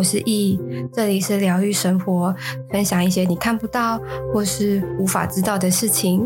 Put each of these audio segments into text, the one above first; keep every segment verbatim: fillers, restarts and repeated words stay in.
我是易，这里是疗愈生活，分享一些你看不到或是无法知道的事情。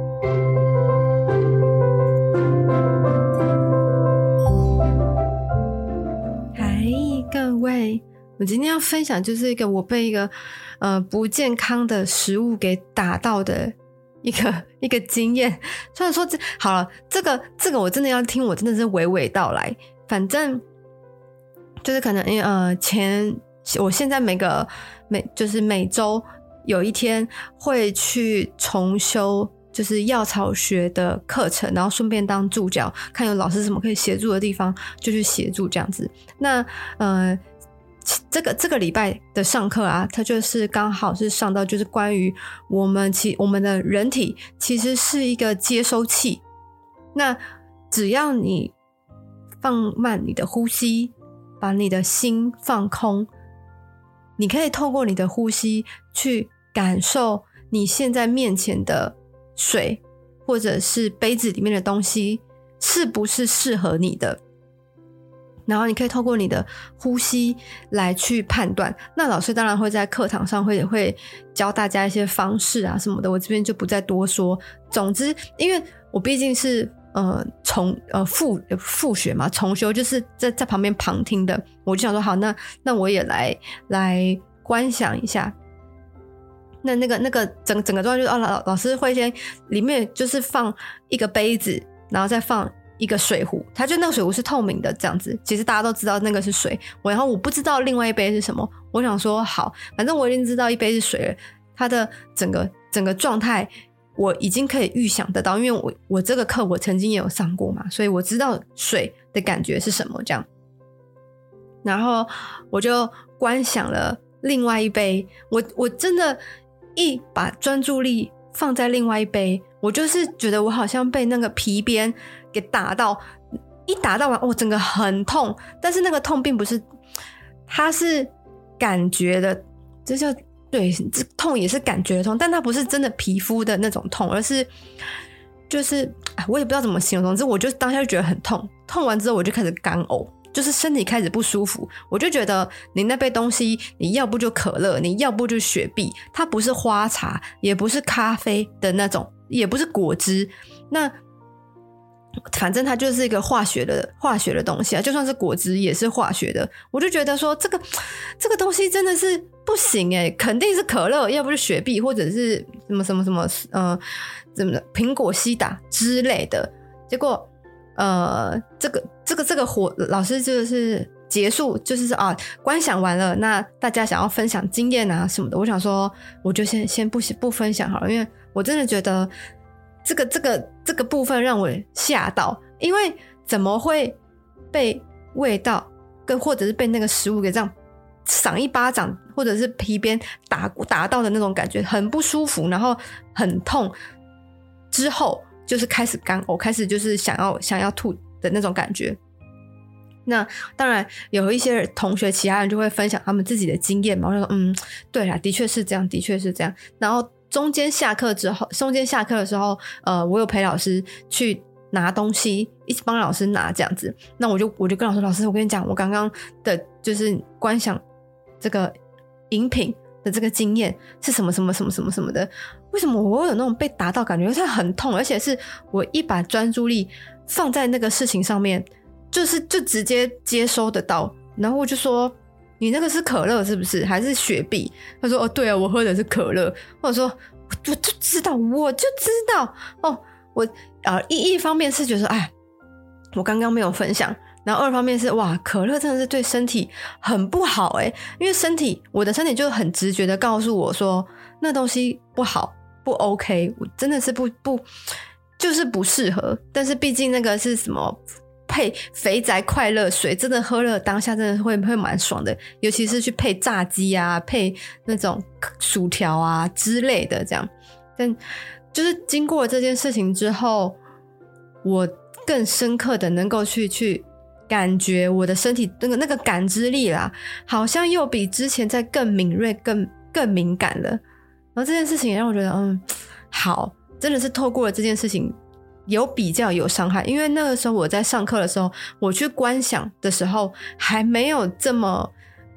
嗨，各位，我今天要分享就是一个我被一个呃不健康的食物给打到的一个一个经验。虽然说这好了，这个这个我真的要听，我真的是娓娓道来。反正就是可能呃前我现在每个每就是每周有一天会去重修就是药草学的课程，然后顺便当助教，看有老师什么可以协助的地方就去协助这样子。那呃这个这个礼拜的上课啊，它就是刚好是上到就是关于我们其我们的人体其实是一个接收器。那只要你放慢你的呼吸，把你的心放空，你可以透过你的呼吸去感受你现在面前的水或者是杯子里面的东西是不是适合你的，然后你可以透过你的呼吸来去判断。那老师当然会在课堂上会会教大家一些方式啊什么的，我这边就不再多说。总之因为我毕竟是呃重呃复复学嘛，重修就是在在旁边旁听的，我就想说好，那那我也来来观想一下。那那个那个整整个状态就是哦，老老师会先里面就是放一个杯子，然后再放一个水壶，它就那个水壶是透明的这样子，其实大家都知道那个是水，我然后我不知道另外一杯是什么，我想说好，反正我已经知道一杯是水了，它的整个整个状态我已经可以预想得到，因为我我这个课我曾经也有上过嘛，所以我知道水的感觉是什么这样。然后我就观想了另外一杯，我我真的一把专注力放在另外一杯，我就是觉得我好像被那个皮鞭给打到，一打到完我、哦、整个很痛，但是那个痛并不是，它是感觉的，这叫对，这痛也是感觉的痛，但它不是真的皮肤的那种痛，而是就是我也不知道怎么形容，总之我就当下就觉得很痛，痛完之后我就开始干呕，就是身体开始不舒服，我就觉得你那杯东西你要不就可乐，你要不就雪碧，它不是花茶也不是咖啡的那种，也不是果汁，那反正它就是一个化学的化学的东西啊，就算是果汁也是化学的。我就觉得说这个这个东西真的是不行诶、欸，肯定是可乐，要不就雪碧，或者是什么什么什么呃怎么苹果西打之类的。结果呃这个这个这个活老师就是结束，就是啊观想完了，那大家想要分享经验啊什么的，我想说我就先先不不分享好了，因为我真的觉得这个这个这个部分让我吓到，因为怎么会被味道跟或者是被那个食物给这样赏一巴掌，或者是皮鞭打打到的那种感觉很不舒服，然后很痛，之后就是开始干呕，开始就是想要想要吐的那种感觉。那当然有一些同学其他人就会分享他们自己的经验嘛，我就说嗯对啦，的确是这样，的确是这样。然后中间下课之后，中间下课的时候，呃，我有陪老师去拿东西，一起帮老师拿这样子。那我就我就跟老师，老师，我跟你讲，我刚刚的就是观想这个饮品的这个经验是什么什么什么什么什么的。为什么我有那种被打到感觉，它很痛，而且是我一把专注力放在那个事情上面，就是就直接接收得到。然后我就说，你那个是可乐是不是？还是雪碧？他说哦对啊，我喝的是可乐。或者说我就知道，我就知道哦。我呃一一方面是觉得哎，我刚刚没有分享，然后二方面是哇，可乐真的是对身体很不好诶，因为身体我的身体就很直觉的告诉我说那东西不好不 OK， 我真的是不不就是不适合。但是毕竟那个是什么？配肥宅快乐水，真的喝了当下真的会会蛮爽的，尤其是去配炸鸡啊，配那种薯条啊之类的这样。但就是经过这件事情之后，我更深刻的能够去去感觉我的身体那个那个感知力啦，好像又比之前再更敏锐更更敏感了。然后这件事情也让我觉得嗯好，真的是透过了这件事情有比较有伤害。因为那个时候我在上课的时候，我去观想的时候还没有这么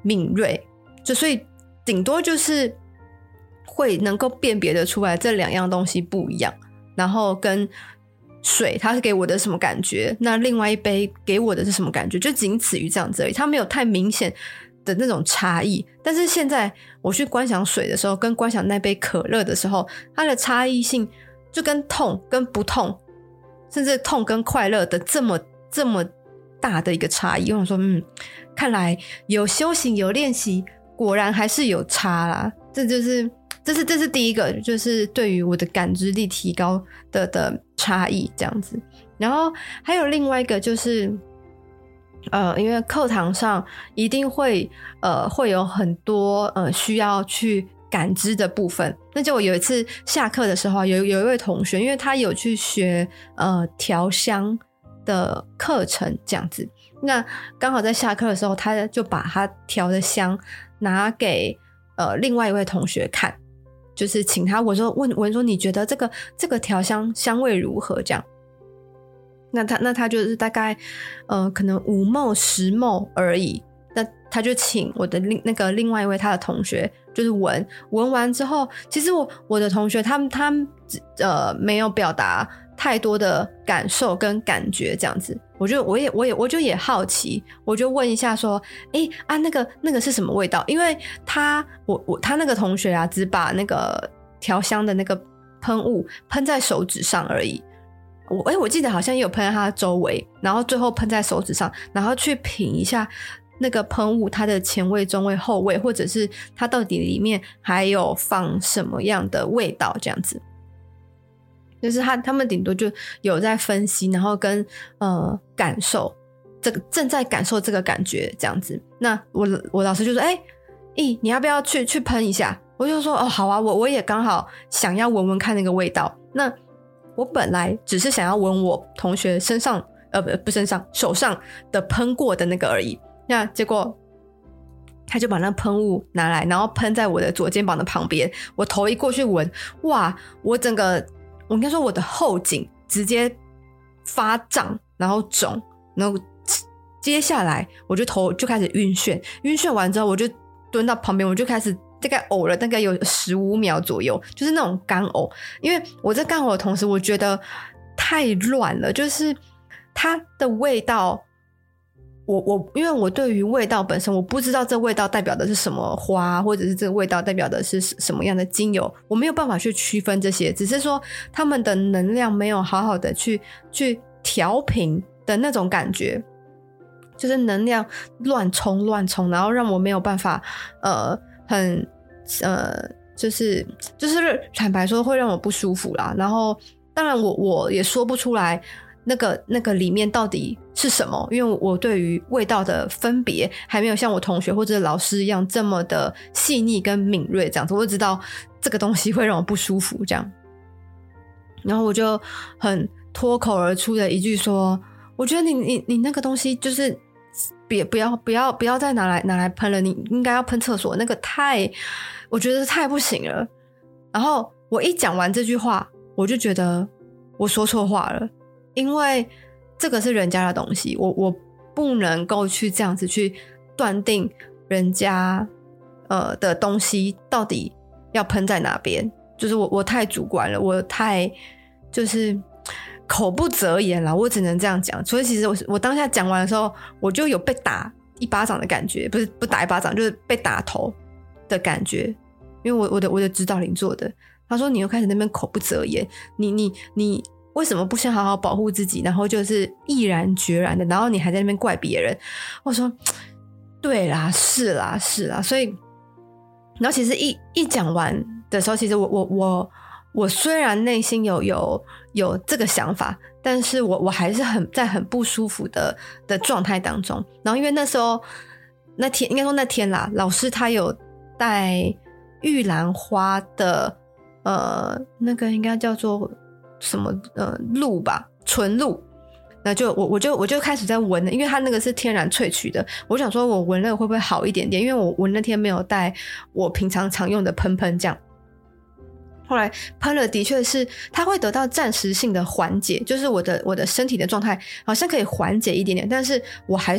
敏锐，就所以顶多就是会能够辨别的出来这两样东西不一样，然后跟水它是给我的什么感觉，那另外一杯给我的是什么感觉，就仅此于这样子而已，它没有太明显的那种差异。但是现在我去观想水的时候跟观想那杯可乐的时候，它的差异性就跟痛跟不痛，甚至痛跟快乐的这么这么大的一个差异。我想说嗯，看来有修行有练习果然还是有差啦，这就是这是这是第一个，就是对于我的感知力提高的的差异这样子。然后还有另外一个就是呃，因为课堂上一定会呃会有很多呃需要去感知的部分。那就我有一次下课的时候，有有一位同学，因为他有去学呃调香的课程这样子，那刚好在下课的时候，他就把他调的香拿给呃另外一位同学看，就是请他我说问问说你觉得这个这个调香香味如何这样。那他那他就是大概呃可能五毫十毫而已，那他就请我的另那个另外一位他的同学就是闻闻完之后，其实我我的同学他们他们呃没有表达太多的感受跟感觉这样子，我就我也我也我就也好奇，我就问一下说，诶啊那个那个是什么味道？因为他我我他那个同学啊，只把那个调香的那个喷雾喷在手指上而已。我诶我记得好像也有喷在他的周围，然后最后喷在手指上，然后去品一下那个喷雾它的前味、中味、后味，或者是它到底里面还有放什么样的味道这样子。就是他他们顶多就有在分析，然后跟呃感受这个正在感受这个感觉这样子。那我我老师就说，哎、欸，咦，你要不要去去喷一下？我就说哦好啊，我我也刚好想要闻闻看那个味道。那我本来只是想要闻我同学身上呃不不身上手上的喷过的那个而已。那结果他就把那喷雾拿来，然后喷在我的左肩膀的旁边。我头一过去闻，哇，我整个我应该说我的后颈直接发胀，然后肿，然后接下来我就头就开始晕眩，晕眩完之后我就蹲到旁边，我就开始大概呕了大概有十五秒左右，就是那种干呕。因为我在干呕的同时，我觉得太乱了，就是它的味道，我我因为我对于味道本身我不知道这味道代表的是什么花，或者是这个味道代表的是什么样的精油，我没有办法去区分这些，只是说他们的能量没有好好的去去调频的那种感觉，就是能量乱冲乱冲，然后让我没有办法呃很呃就是就是坦白说会让我不舒服啦。然后当然我我也说不出来那个那个里面到底是什么，因为我对于味道的分别还没有像我同学或者老师一样这么的细腻跟敏锐这样子，我就知道这个东西会让我不舒服这样。然后我就很脱口而出的一句说，我觉得你你你那个东西就是别不要不要不要再拿来拿来喷了，你应该要喷厕所，那个太我觉得太不行了。然后我一讲完这句话，我就觉得我说错话了，因为这个是人家的东西，我我不能够去这样子去断定人家呃的东西到底要喷在哪边，就是我我太主观了，我太就是口不择言啦，我只能这样讲。所以其实我我当下讲完的时候，我就有被打一巴掌的感觉，不是不打一巴掌，就是被打头的感觉。因为我我的我的指导灵做的，他说你又开始那边口不择言，你你你为什么不先好好保护自己，然后就是毅然决然的，然后你还在那边怪别人。我说对啦，是啦是啦。所以然后其实一一讲完的时候，其实我我我我虽然内心有有有这个想法，但是我我还是很在很不舒服的的状态当中。然后因为那时候那天应该说那天啦，老师他有带玉兰花的呃那个应该叫做什么呃露吧，纯露。那就我我就我就开始在闻了，因为它那个是天然萃取的，我想说我闻了会不会好一点点，因为我闻那天没有带我平常常用的喷喷这样。后来喷了的确是它会得到暂时性的缓解，就是我的我的身体的状态好像可以缓解一点点，但是我还是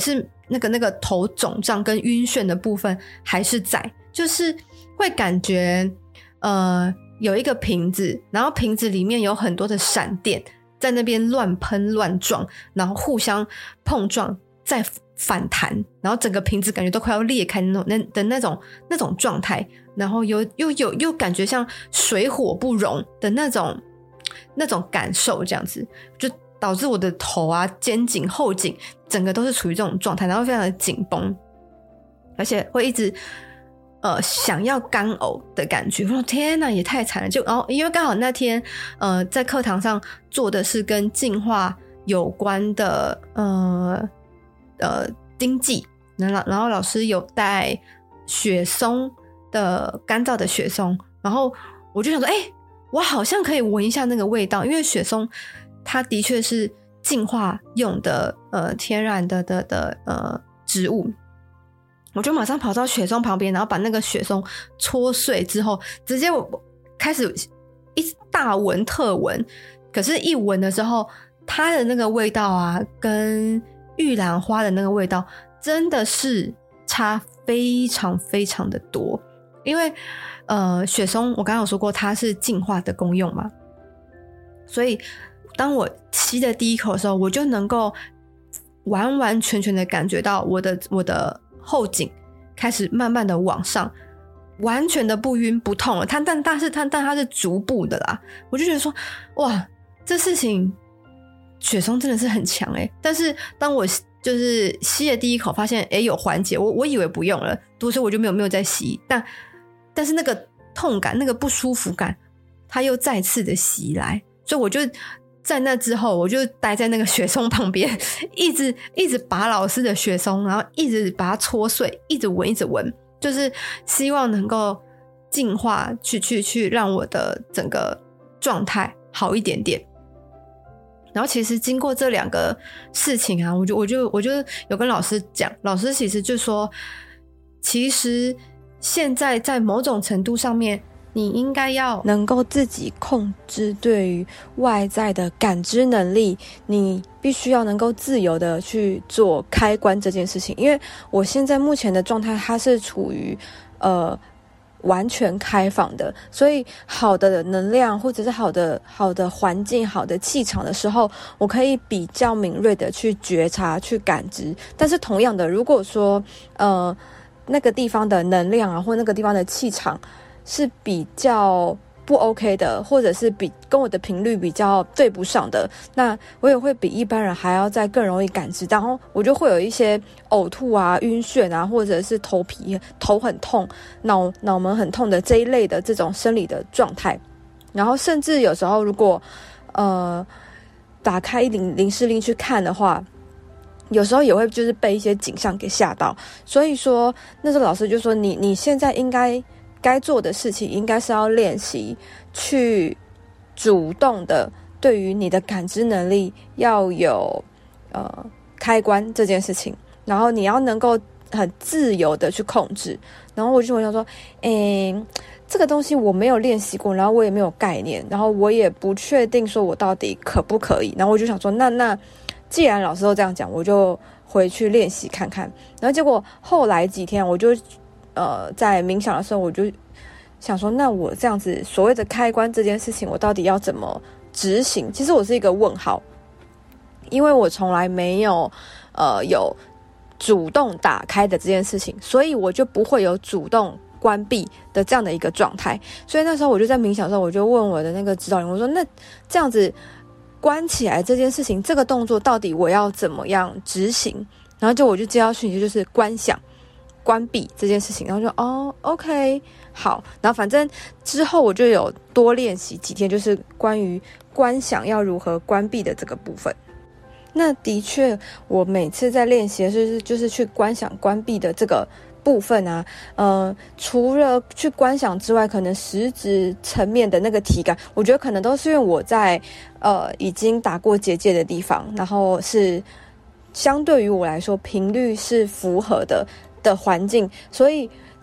那个那个头肿胀跟晕眩的部分还是在，就是会感觉呃有一个瓶子，然后瓶子里面有很多的闪电在那边乱喷乱撞，然后互相碰撞再反弹，然后整个瓶子感觉都快要裂开的那种那的那种那种状态，然后又又有又感觉像水火不容的那种那种感受，这样子就导致我的头啊、肩颈、后颈整个都是处于这种状态，然后非常的紧绷，而且会一直呃想要干呕的感觉。我说天哪，也太惨了！就然后因为刚好那天呃在课堂上做的是跟净化有关的呃呃经济，然后然后老师有带雪松的干燥的雪松，然后我就想说，哎、欸，我好像可以闻一下那个味道，因为雪松它的确是净化用的呃天然的的的呃植物。我就马上跑到雪松旁边，然后把那个雪松搓碎之后，直接我开始一直大闻特闻。可是一闻的时候，它的那个味道啊，跟玉兰花的那个味道真的是差非常非常的多。因为呃，雪松我刚刚有说过它是净化的功用嘛，所以当我吸的第一口的时候，我就能够完完全全的感觉到我的我的后颈开始慢慢的往上，完全的不晕不痛了。它但但是它但它是逐步的啦，我就觉得说，哇，这事情雪松真的是很强欸。但是当我就是吸了第一口，发现诶有缓解，我我以为不用了，所以我就没有没有再吸。但但是那个痛感、那个不舒服感，它又再次的袭来，所以我就在那之后，我就待在那个雪松旁边，一直一直拔老师的雪松，然后一直把它搓碎，一直闻，一直闻，就是希望能够净化，去去去让我的整个状态好一点点。然后其实经过这两个事情啊，我就我就我就有跟老师讲，老师其实就说，其实现在在某种程度上面，你应该要能够自己控制对于外在的感知能力，你必须要能够自由的去做开关这件事情。因为我现在目前的状态，它是处于呃完全开放的，所以好的能量或者是好的好的环境、好的气场的时候，我可以比较敏锐的去觉察、去感知。但是同样的，如果说呃那个地方的能量啊，或那个地方的气场是比较不 OK 的，或者是比跟我的频率比较对不上的，那我也会比一般人还要再更容易感知，然后我就会有一些呕吐啊、晕眩啊，或者是头皮头很痛、脑脑门很痛的这一类的这种生理的状态。然后甚至有时候如果呃打开灵灵视力去看的话，有时候也会就是被一些景象给吓到。所以说那时候老师就说，你你现在应该该做的事情应该是要练习去主动的对于你的感知能力要有呃开关这件事情，然后你要能够很自由的去控制。然后我就想说，诶，这个东西我没有练习过，然后我也没有概念，然后我也不确定说我到底可不可以。然后我就想说，那那既然老师都这样讲，我就回去练习看看。然后结果后来几天我就呃，在冥想的时候，我就想说，那我这样子所谓的开关这件事情，我到底要怎么执行？其实我是一个问号，因为我从来没有呃有主动打开的这件事情，所以我就不会有主动关闭的这样的一个状态。所以那时候我就在冥想的时候，我就问我的那个指导灵，我说，那这样子关起来这件事情，这个动作到底我要怎么样执行？然后就我就接到讯息，就是观想关闭这件事情，然后就哦 OK 好，然后反正之后我就有多练习几天，就是关于观想要如何关闭的这个部分。那的确我每次在练习的是就是去观想关闭的这个部分啊，呃，除了去观想之外，可能实质层面的那个体感，我觉得可能都是因为我在呃已经打过结界的地方，然后是相对于我来说频率是符合的的环境，所以其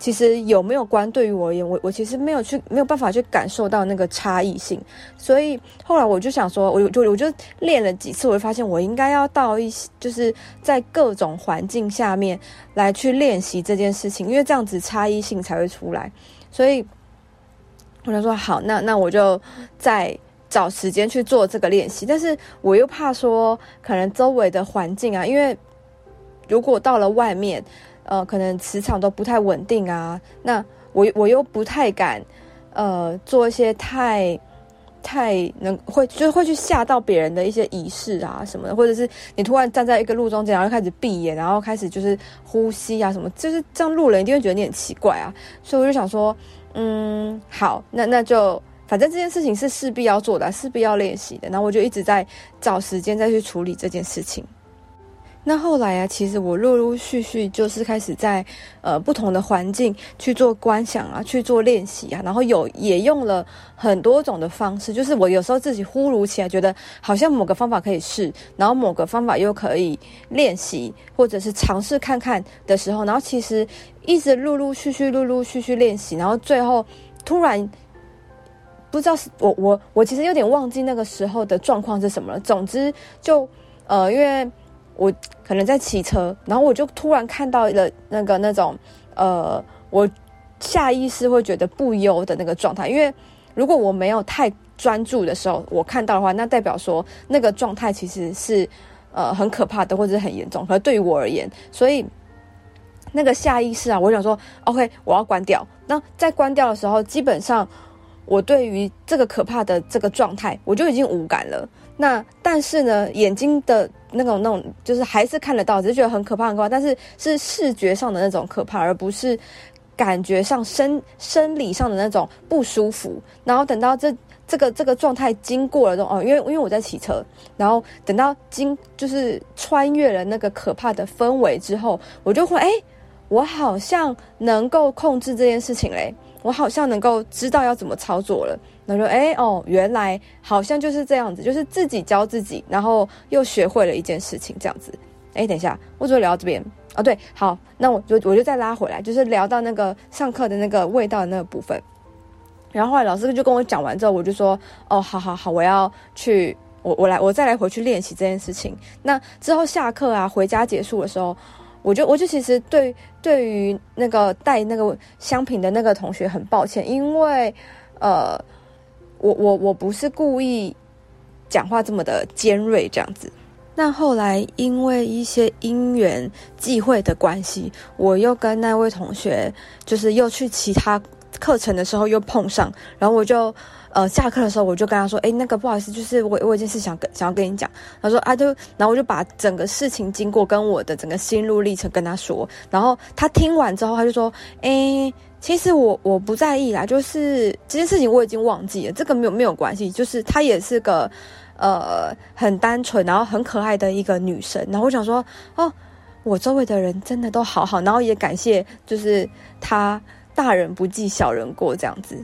其实有没有关对于我而言，我我其实没有去没有办法去感受到那个差异性，所以后来我就想说，我就我就练了几次，我就发现我应该要到一些就是在各种环境下面来去练习这件事情，因为这样子差异性才会出来。所以我就说好，那那我就再找时间去做这个练习，但是我又怕说可能周围的环境啊，因为如果到了外面，呃，可能磁场都不太稳定啊，那我我又不太敢，呃，做一些太太能会就是会去吓到别人的一些仪式啊什么的，或者是你突然站在一个路中间，然后开始闭眼，然后开始就是呼吸啊什么，就是这样路人一定会觉得你很奇怪啊，所以我就想说，嗯，好，那那就。反正这件事情是势必要做的，势必要练习的，然后我就一直在找时间再去处理这件事情。那后来啊，其实我陆陆续续就是开始在呃不同的环境去做观想啊，去做练习啊，然后有也用了很多种的方式，就是我有时候自己忽如其来，觉得好像某个方法可以试，然后某个方法又可以练习，或者是尝试看看的时候，然后其实一直陆陆续续、陆陆续续练习，然后最后突然。不知道是我我我其实有点忘记那个时候的状况是什么了。总之就呃，因为我可能在骑车，然后我就突然看到了那个那种呃，我下意识会觉得不优的那个状态。因为如果我没有太专注的时候，我看到的话，那代表说那个状态其实是呃很可怕的，或者是很严重。可是对于我而言，所以那个下意识啊，我想说 ，OK， 我要关掉。那在关掉的时候，基本上。我对于这个可怕的这个状态，我就已经无感了。那但是呢，眼睛的那种那种，就是还是看得到，只是觉得很可怕很可怕，但是是视觉上的那种可怕，而不是感觉上生生理上的那种不舒服。然后等到这这个这个状态经过了哦，因为因为我在骑车，然后等到经就是穿越了那个可怕的氛围之后，我就会哎，我好像能够控制这件事情嘞。我好像能够知道要怎么操作了，然后就哎哦，原来好像就是这样子，就是自己教自己，然后又学会了一件事情，这样子。哎，等一下，我就聊到这边哦，对，好，那我就我就再拉回来，就是聊到那个上课的那个味道的那个部分。然后后来老师就跟我讲完之后，我就说哦，好好好，我要去，我我来，我再来回去练习这件事情。那之后下课啊，回家结束的时候。我就我就其实对对于那个带那个香品的那个同学很抱歉，因为呃，我我我不是故意讲话这么的尖锐这样子。那后来因为一些因缘际会的关系，我又跟那位同学就是又去其他课程的时候又碰上，然后我就。呃，下课的时候我就跟他说，哎，那个不好意思，就是我我有一件事想跟想要跟你讲。他说啊，就然后我就把整个事情经过跟我的整个心路历程跟他说，然后他听完之后他就说，哎，其实我我不在意啦，就是这件事情我已经忘记了，这个没有没有关系，就是她也是个呃很单纯然后很可爱的一个女生。然后我想说，哦，我周围的人真的都好好，然后也感谢就是他大人不计小人过这样子。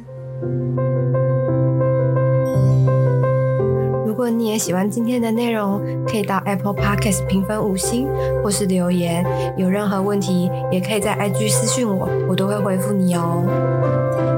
如果你也喜欢今天的内容，可以到 Apple Podcast 评分五星或是留言，有任何问题也可以在 I G 私讯我，我都会回复你哦。